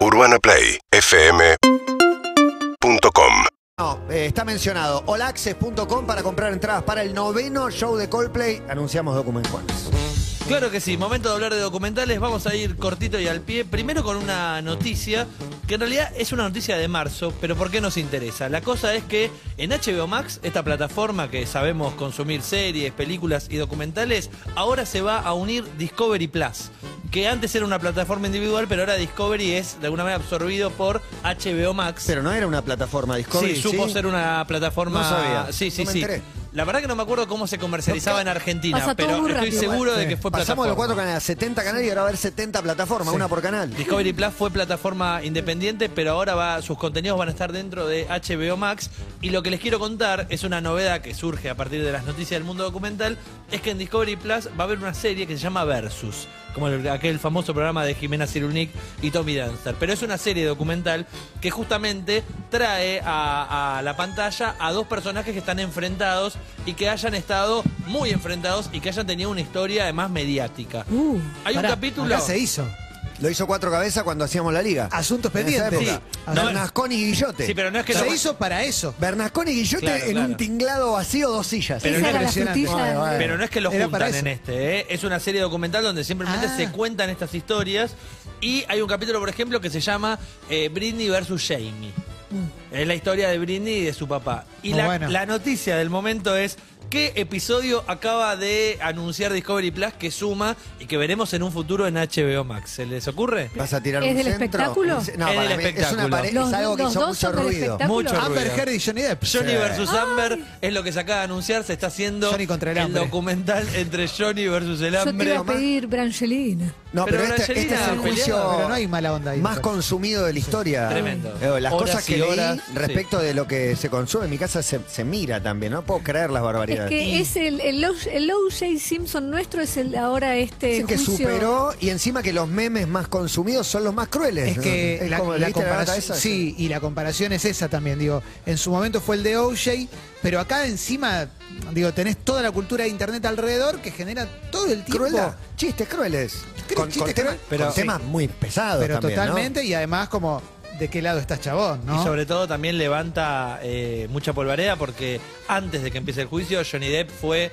UrbanaPlayFM.com. No, está mencionado olaccess.com para comprar entradas para el 9º show de Coldplay. Anunciamos Document Juanes. Claro que sí, momento de hablar de documentales. Vamos a ir cortito y al pie. Primero con una noticia, que en realidad es una noticia de marzo, pero ¿por qué nos interesa? La cosa es que en HBO Max, esta plataforma que sabemos consumir series, películas y documentales, ahora se va a unir Discovery Plus, que antes era una plataforma individual, pero ahora Discovery es de alguna manera absorbido por HBO Max. Pero no era una plataforma Discovery. Sí, supo ser una plataforma. No sabía. Sí, sí, No me sí. enteré. La verdad que no me acuerdo cómo se comercializaba en Argentina, Pasa todo pero muy estoy rápido, seguro igual. de que fue Pasamos de los 4 plataforma. canales a 70 canales y ahora va a haber 70 plataformas, una por canal. Discovery Plus fue plataforma independiente, pero ahora sus contenidos van a estar dentro de HBO Max. Y lo que les quiero contar es una novedad que surge a partir de las noticias del mundo documental, es que en Discovery Plus va a haber una serie que se llama Versus, como aquel famoso programa de Jimena Cirulnik y Tommy Dancer. Pero es una serie documental que justamente trae a la pantalla a dos personajes que están enfrentados y que hayan estado muy enfrentados y que hayan tenido una historia además mediática. Hay un Pará, capítulo... acá se hizo. Lo hizo Cuatro Cabezas cuando hacíamos la liga. Asuntos En esa pendientes. época. Sí. Bernasconi y Guillote. Sí, pero no es que Se lo- hizo para eso. Bernasconi y Guillote Claro, en claro. un tinglado vacío, 2 sillas. Pero Esa no era la impresionante. frutilla. Bueno. Pero no es que lo Era para juntan en eso. este, ¿eh? Es una serie documental donde simplemente Ah. se cuentan estas historias. Y hay un capítulo, por ejemplo, que se llama Britney versus Jamie. Es la historia de Britney y de su papá. Y Muy la, bueno. la noticia del momento es: ¿qué episodio acaba de anunciar Discovery Plus que suma y que veremos en un futuro en HBO Max? ¿Se les ocurre? ¿Vas a tirar ¿Es un del centro? espectáculo? No, Es del para mí es, espectáculo. es algo que Los hizo dos mucho son del ruido. espectáculo. Mucho Amber ruido. Heard y Johnny Depp. Johnny Sí. versus Amber es lo que se acaba de anunciar. Se está haciendo Johnny contra el hambre. documental entre Johnny versus el Yo te hambre. iba a pedir Brangelina. No, pero, Pero este es Brangelina el juicio peleaba. Pero no hay mala onda ahí. más entonces. consumido de la historia. Tremendo. Las Horas cosas que y leí horas, respecto de lo que se consume en mi casa se mira también. No puedo creer las Es barbaridades. que es el O.J. Simpson nuestro, es ahora este Dicen que juicio. superó y encima que los memes más consumidos son los más crueles. Es que ¿no? la, como, la ¿leíste nota comparación, esa? sí, y la comparación es esa también, digo, en su momento fue el de O.J., pero acá encima, digo, tenés toda la cultura de internet alrededor que genera todo el tiempo. Crueldad, chistes crueles. Con Chistes temas, crueles, con pero- temas muy pesados Pero también, ¿no? totalmente, y además como, ¿de qué lado estás, chabón? ¿no? Y sobre todo también levanta mucha polvareda porque antes de que empiece el juicio, Johnny Depp fue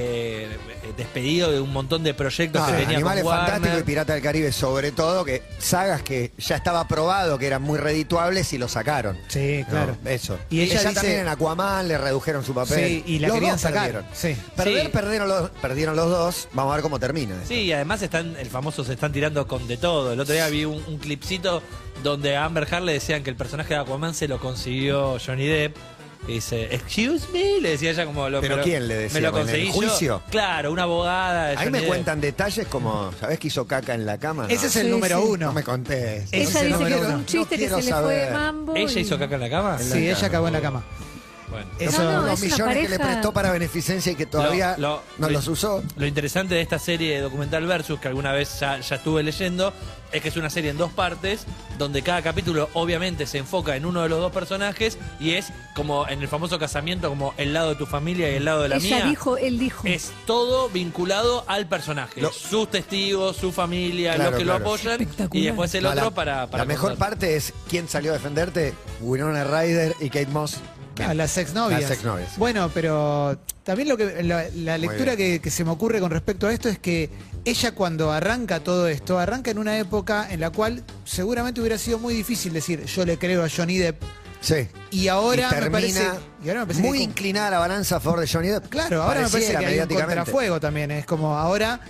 despedido de un montón de proyectos que tenía Animales con Fantásticos y Warner. Pirata del Caribe, sobre todo, que sagas que ya estaba probado que eran muy redituables y lo sacaron. Sí, claro. No, eso. Y ella dice- también en Aquaman le redujeron su papel. Sí, y la Los querían dos sacar. perdieron. Sí. Perder, perdieron los dos. Vamos a ver cómo termina. esto. Sí, y además el famoso se están tirando con de todo. El otro día vi un clipcito donde a Amber Heard le decían que el personaje de Aquaman se lo consiguió Johnny Depp. Y dice, excuse me, le decía ella como... ¿Pero quién le decía? Me lo ¿En el conseguí yo. juicio? Claro, una abogada de Ahí Johnny me Depp. cuentan detalles como, ¿sabés que hizo caca en la cama? No. Ese es el Sí, número sí. uno. No me contés. Ese es Ella el dice que número fue uno. un chiste No que se le quiero fue de saber. mambo. ¿Ella y- hizo caca en la cama? Sí, ella cagó en la cama. Bueno. Eso, No, Los es una millones que le pareja- prestó para beneficencia y que todavía no los usó. Lo interesante de esta serie documental Versus, que alguna vez ya estuve leyendo, es que es una serie en 2 partes, donde cada capítulo obviamente se enfoca en uno de los dos personajes y es como en el famoso casamiento, como el lado de tu familia y el lado de la Ella mía. dijo, él dijo. Es todo vinculado al personaje. Lo- Sus testigos, su familia, Claro, los que claro. lo apoyan. Espectacular. Y después el No, otro la, para la mejor contar. parte es quién salió a defenderte, Winona Ryder y Kate Moss. A las exnovias. Las exnovias. Bueno, pero también la lectura que se me ocurre con respecto a esto es que ella cuando arranca todo esto, arranca en una época en la cual seguramente hubiera sido muy difícil decir yo le creo a Johnny Depp. Sí. Y ahora Y me parece, termina muy que inclinada la balanza a favor de Johnny Depp. claro, ahora me parece Pareciera que hay un mediáticamente. contrafuego también. Es como ahora,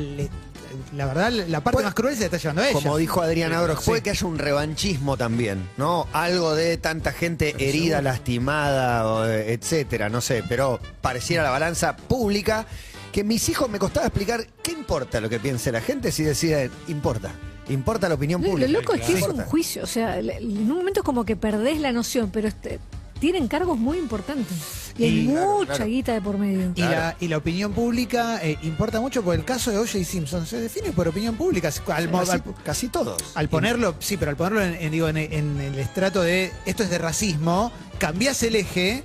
la verdad, la parte Puede- más cruel se la está llevando ella. Como dijo Adrián Abro, Sí. puede que haya un revanchismo también, ¿no? Algo de tanta gente herida, lastimada, etcétera, no sé, pero pareciera la balanza pública que mis hijos me costaba explicar qué importa lo que piense la gente si deciden, importa la opinión Lo pública. loco es que es un Importa. juicio. O sea, en un momento es como que perdés la noción, pero tienen cargos muy importantes. Y hay Y- mucha claro. guita de por medio. Y la opinión pública importa mucho, porque el caso de O.J. Simpson se define por opinión pública. Casi todos. Al ponerlo, sí, pero al ponerlo en el estrato de esto es de racismo, cambiás el eje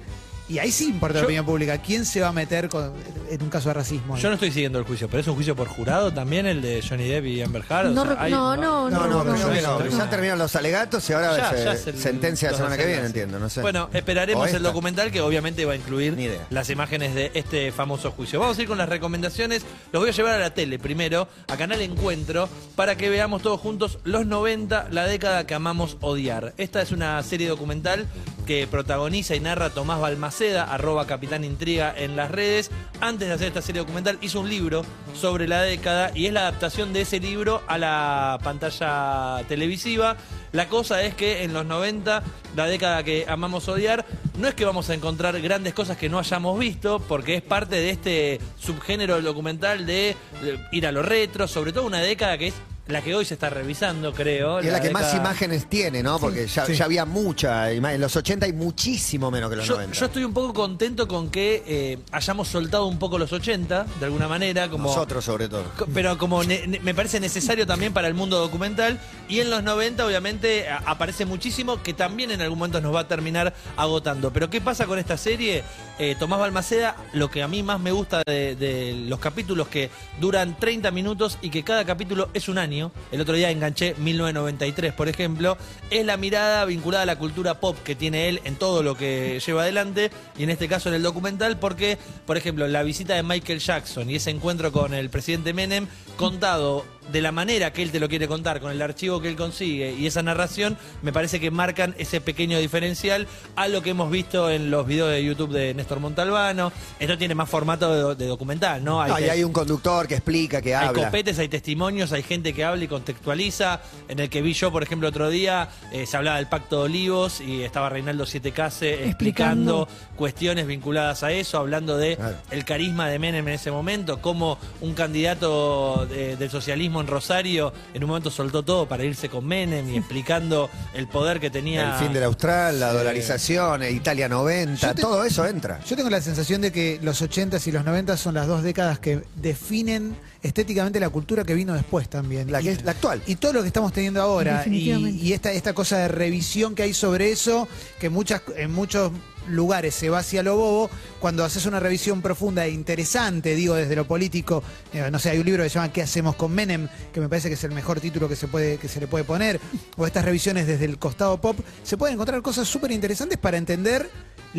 Y ahí sí importa la opinión pública. ¿Quién se va a meter en un caso de racismo? Yo no estoy siguiendo el juicio, pero es un juicio por jurado también, el de Johnny Depp y Amber Heard. No, O sea, no, creo que no. Ya terminaron los alegatos y ahora Ya se es el- sentencia la los semana que viene, desenlaces. entiendo, no sé. Bueno, O esperaremos el esta. documental que obviamente va a incluir Ni idea. las imágenes de este famoso juicio. Vamos a ir con las recomendaciones. Los voy a llevar a la tele primero, a Canal Encuentro, para que veamos todos juntos los 90, la década que amamos odiar. Esta es una serie documental que protagoniza y narra Tomás Balmaceda, @Capitán Intriga en las redes. Antes de hacer esta serie documental hizo un libro sobre la década y es la adaptación de ese libro a la pantalla televisiva. La cosa es que en los 90, la década que amamos odiar, no es que vamos a encontrar grandes cosas que no hayamos visto, porque es parte de este subgénero del documental de ir a lo retro, sobre todo una década que es la que hoy se está revisando, creo. Y es la que más década- imágenes tiene, ¿no? Porque ya había mucha imagen. En los 80 hay muchísimo menos que los 90. Yo estoy un poco contento con que hayamos soltado un poco los 80, de alguna manera. Como, Nosotros, sobre todo. pero como me parece necesario también para el mundo documental. Y en los 90, obviamente, aparece muchísimo que también en algún momento nos va a terminar agotando. Pero ¿qué pasa con esta serie? Tomás Balmaceda, lo que a mí más me gusta de los capítulos que duran 30 minutos y que cada capítulo es un año. El otro día enganché 1993, por ejemplo. Es la mirada vinculada a la cultura pop que tiene él en todo lo que lleva adelante. Y en este caso en el documental, porque, por ejemplo, la visita de Michael Jackson y ese encuentro con el presidente Menem, contado de la manera que él te lo quiere contar, con el archivo que él consigue y esa narración, me parece que marcan ese pequeño diferencial a lo que hemos visto en los videos de YouTube de Néstor Montalbano. Esto tiene más formato de documental, ¿no? Y hay un conductor que explica, que Hay habla. copetes, hay testimonios, hay gente que habla y contextualiza. En el que vi yo, por ejemplo, otro día, se hablaba del Pacto de Olivos y estaba Reinaldo Siete Case explicando cuestiones vinculadas a eso, hablando de Claro. el carisma de Menem en ese momento, cómo un candidato del socialismo en Rosario en un momento soltó todo para irse con Menem y explicando el poder que tenía. El fin del Austral, la dolarización, Italia 90, todo eso entra. Yo tengo la sensación de que los 80s y los 90s son las dos décadas que definen estéticamente la cultura que vino después también. La que es la actual. Y todo lo que estamos teniendo ahora. Definitivamente. Y esta cosa de revisión que hay sobre eso, que en muchos lugares se va hacia lo bobo, cuando haces una revisión profunda e interesante, digo, desde lo político, no sé, hay un libro que se llama ¿Qué hacemos con Menem?, que me parece que es el mejor título que se le puede poner, o estas revisiones desde el costado pop, se pueden encontrar cosas súper interesantes para entender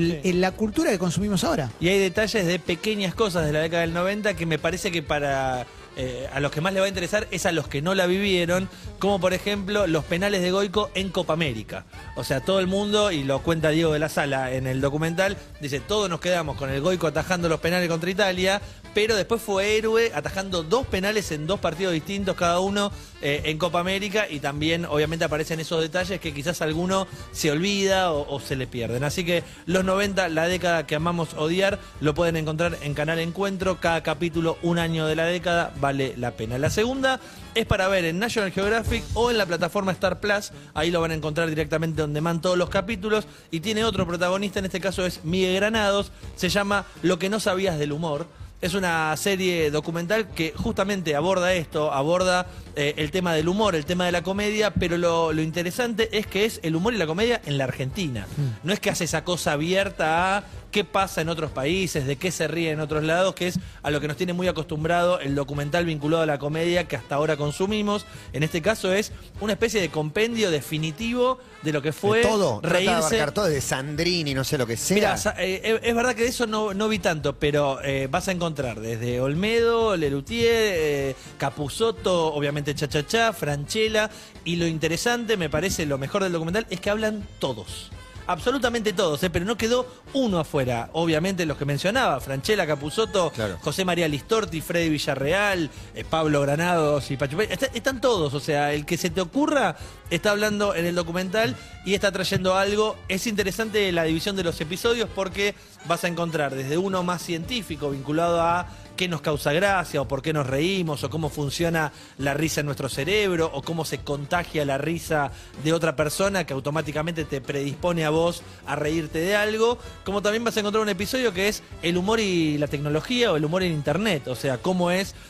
la cultura que consumimos ahora. Y hay detalles de pequeñas cosas de la década del 90 que me parece que para a los que más les va a interesar es a los que no la vivieron, como por ejemplo los penales de Goico en Copa América. O sea, todo el mundo, y lo cuenta Diego de la Sala en el documental, dice, todos nos quedamos con el Goico atajando los penales contra Italia, pero después fue héroe atajando 2 penales en 2 partidos distintos cada uno en Copa América, y también obviamente aparecen esos detalles que quizás alguno se olvida o se le pierden. Así que los 90, la década que amamos odiar, lo pueden encontrar en Canal Encuentro, cada capítulo un año de la década, vale la pena. La segunda es para ver en National Geographic o en la plataforma Star Plus, ahí lo van a encontrar directamente donde man todos los capítulos, y tiene otro protagonista, en este caso es Miguel Granados, se llama Lo que no sabías del humor. Es una serie documental que justamente aborda esto, aborda el tema del humor, el tema de la comedia, pero lo interesante es que es el humor y la comedia en la Argentina. No es que hace esa cosa abierta a qué pasa en otros países, de qué se ríe en otros lados, que es a lo que nos tiene muy acostumbrado el documental vinculado a la comedia que hasta ahora consumimos. En este caso es una especie de compendio definitivo de lo que fue De todo, trata de reírse. abarcar todo, de Sandrini, no sé lo que sea. Mira, es verdad que de eso no vi tanto, pero vas a encontrar desde Olmedo, Lelutier, Capusotto, obviamente Cha-Cha-Cha, Franchella, y lo interesante, me parece, lo mejor del documental, es que hablan todos. Absolutamente todos, pero no quedó uno afuera. Obviamente los que mencionaba, Franchella, Capusotto, Claro. José María Listorti, Freddy Villarreal, Pablo Granados y Pachu Pérez. Están todos, o sea, el que se te ocurra está hablando en el documental y está trayendo algo. Es interesante la división de los episodios porque vas a encontrar desde uno más científico vinculado a qué nos causa gracia o por qué nos reímos o cómo funciona la risa en nuestro cerebro o cómo se contagia la risa de otra persona que automáticamente te predispone a vos a reírte de algo, como también vas a encontrar un episodio que es el humor y la tecnología o el humor en internet, o sea, cómo es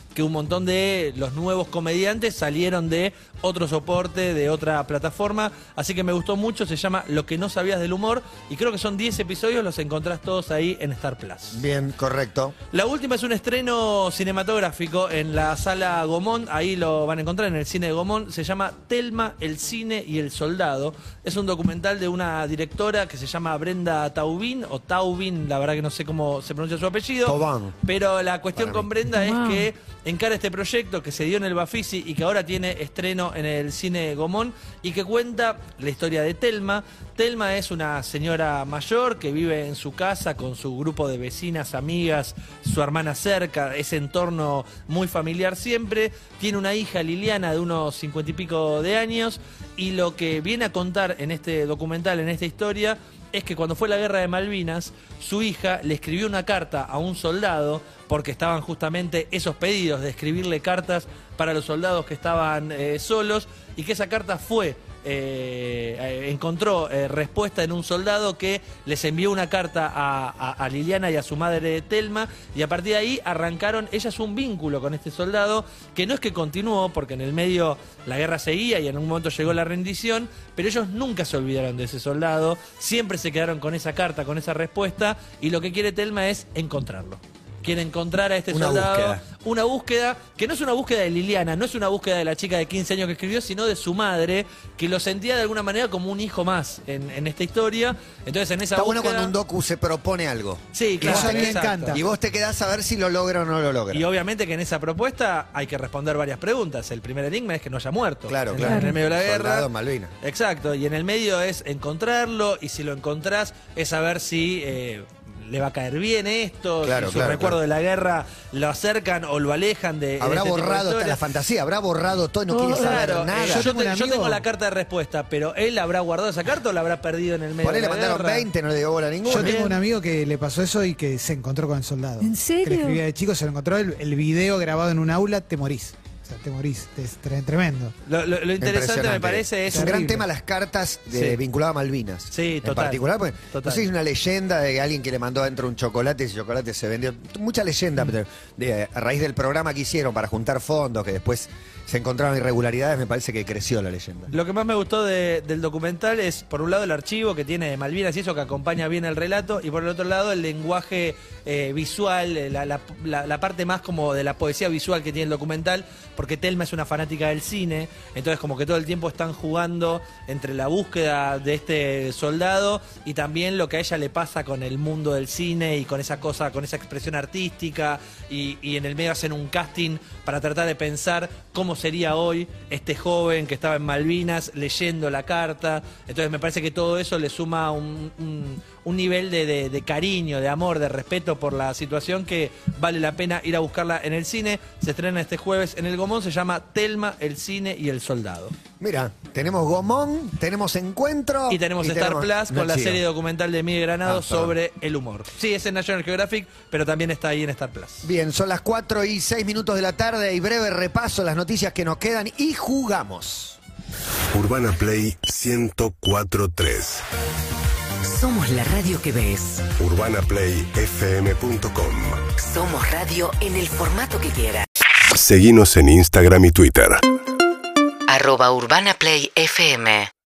que un montón de los nuevos comediantes salieron de otro soporte, de otra plataforma. Así que me gustó mucho, se llama Lo que no sabías del humor. Y creo que son 10 episodios, los encontrás todos ahí en Star Plus. Bien, correcto. La última es un estreno cinematográfico en la sala Gomón, ahí lo van a encontrar en el cine de Gomón, se llama Thelma, el cine y el soldado. Es un documental de una directora que se llama Brenda Taubin, o Taubin, la verdad que no sé cómo se pronuncia su apellido. Taubin. Pero la cuestión Para con mí. Brenda es Wow. que encara este proyecto que se dio en el Bafisi y que ahora tiene estreno en el cine Gomón y que cuenta la historia de Thelma. Thelma es una señora mayor que vive en su casa con su grupo de vecinas, amigas, su hermana cerca, ese entorno muy familiar siempre. Tiene una hija, Liliana, de unos 50 y pico de años, y lo que viene a contar en este documental, en esta historia, es que cuando fue la guerra de Malvinas, su hija le escribió una carta a un soldado, porque estaban justamente esos pedidos de escribirle cartas para los soldados que estaban solos, y que esa carta fue... encontró respuesta en un soldado que les envió una carta a Liliana y a su madre Thelma, y a partir de ahí arrancaron ellas un vínculo con este soldado que no es que continuó, porque en el medio la guerra seguía y en un momento llegó la rendición, pero ellos nunca se olvidaron de ese soldado, siempre se quedaron con esa carta, con esa respuesta, y lo que quiere Thelma es encontrarlo. Quiere encontrar a este Una soldado. búsqueda. Una búsqueda que no es una búsqueda de Liliana, no es una búsqueda de la chica de 15 años que escribió, sino de su madre, que lo sentía de alguna manera como un hijo más en esta historia. Entonces en esa Está bueno búsqueda... cuando un docu se propone algo. Sí, claro. Eso a mí me exacto. encanta. Y vos te quedás a ver si lo logra o no lo logra. Y obviamente que en esa propuesta hay que responder varias preguntas. El primer enigma es que no haya muerto. Claro, en, claro. En el medio de la guerra. Soldado en Malvinas. Exacto. Y en el medio es encontrarlo, y si lo encontrás es saber si le va a caer bien esto, Claro, si su claro, recuerdo claro. de la guerra lo acercan o lo alejan de Habrá este tipo de borrado hasta historias. la fantasía, habrá borrado todo y no quiere saber Claro, nada. yo tengo un amigo- tengo la carta de respuesta, pero él habrá guardado esa carta o la habrá perdido en el medio Por ahí de le la mandaron guerra. 20, no le dio bola a ninguno. Yo tengo un amigo que le pasó eso y que se encontró con el soldado. ¿En serio? Que le escribía de chico, se lo encontró el video grabado en un aula, te morís. O sea, te morís. Es tremendo. Lo interesante me Impresionante. parece es un gran terrible. tema las cartas Sí. vinculadas a Malvinas. Sí, En total. particular, porque Total. no sé si es una leyenda de alguien que le mandó adentro un chocolate y ese chocolate se vendió. Mucha leyenda a raíz del programa que hicieron para juntar fondos, que después se encontraron irregularidades, me parece que creció la leyenda. Lo que más me gustó del documental es, por un lado, el archivo que tiene de Malvinas y eso, que acompaña bien el relato, y por el otro lado, el lenguaje visual, la parte más como de la poesía visual que tiene el documental, porque Thelma es una fanática del cine, entonces como que todo el tiempo están jugando entre la búsqueda de este soldado y también lo que a ella le pasa con el mundo del cine y con esa cosa, con esa expresión artística, y en el medio hacen un casting para tratar de pensar cómo sería hoy este joven que estaba en Malvinas leyendo la carta. Entonces me parece que todo eso le suma un nivel de cariño, de amor, de respeto por la situación que vale la pena ir a buscarla en el cine. Se estrena este jueves en el Gomón, se llama Thelma, el cine y el soldado. Mira, tenemos Gomón, tenemos Encuentro. Y tenemos Star Plus con la Nachio. serie documental de Miguel Granado Ah, perdón. sobre el humor. Sí, es en National Geographic, pero también está ahí en Star Plus. Bien, son las 4:06 de la tarde y breve repaso las noticias que nos quedan y jugamos. Urbana Play 104.3. Somos la radio que ves. UrbanaPlayFM.com. Somos radio en el formato que quieras. Seguinos en Instagram y Twitter. @UrbanaPlayFM